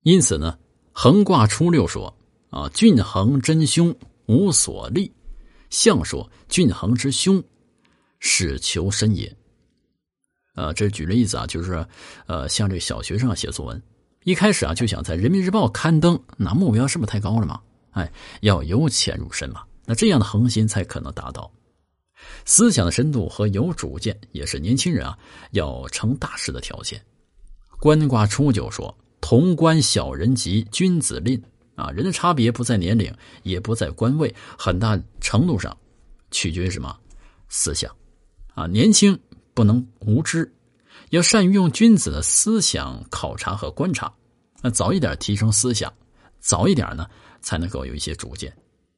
因此呢，横卦初六说郡衡真凶，无所立。象说郡衡之凶，使求深也。这举例子就是像这小学生写作文，一开始就想在人民日报刊登，那目标是不是太高了嘛？要由浅入深嘛，那这样的恒心才可能达到。思想的深度和有主见也是年轻人要成大事的条件。官卦初九说潼关小人吉，君子吝。人的差别不在年龄，也不在官位，很大程度上取决于什么？思想。年轻不能无知，要善于用君子的思想考察和观察，早一点提升思想，早一点呢才能够有一些主见。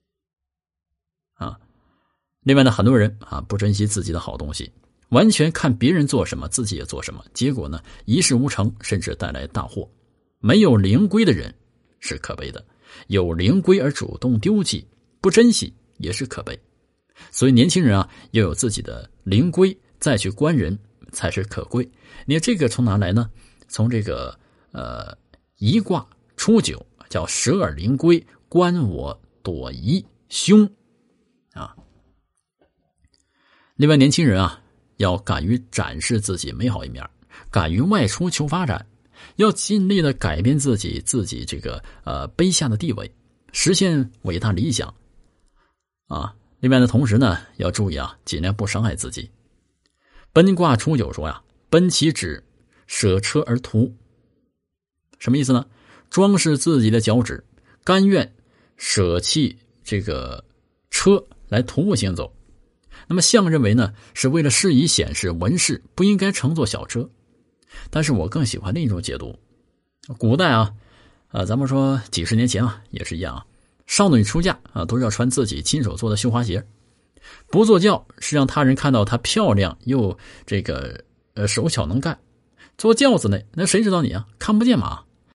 另外呢，很多人不珍惜自己的好东西，完全看别人做什么自己也做什么，结果呢一事无成，甚至带来大祸。没有灵规的人是可悲的，有灵规而主动丢弃不珍惜也是可悲。所以年轻人要有自己的灵规，再去观人才是可贵。你这个从哪来呢？从这个一卦初九叫舍尔灵规，观我躲疑凶另外年轻人要敢于展示自己美好一面，敢于外出求发展，要尽力的改变自己这个卑下的地位，实现伟大理想另外呢，同时呢要注意尽量不伤害自己。艮卦初九说奔其趾，舍车而图。什么意思呢？装饰自己的脚趾，甘愿舍弃这个车来徒步行走。那么象认为呢，是为了适宜显示文士，不应该乘坐小车。但是我更喜欢另一种解读。古代咱们说几十年前也是一样少女出嫁都是要穿自己亲手做的绣花鞋。不坐轿是让他人看到她漂亮又这个手巧能干。坐轿子呢，那谁知道你看不见嘛。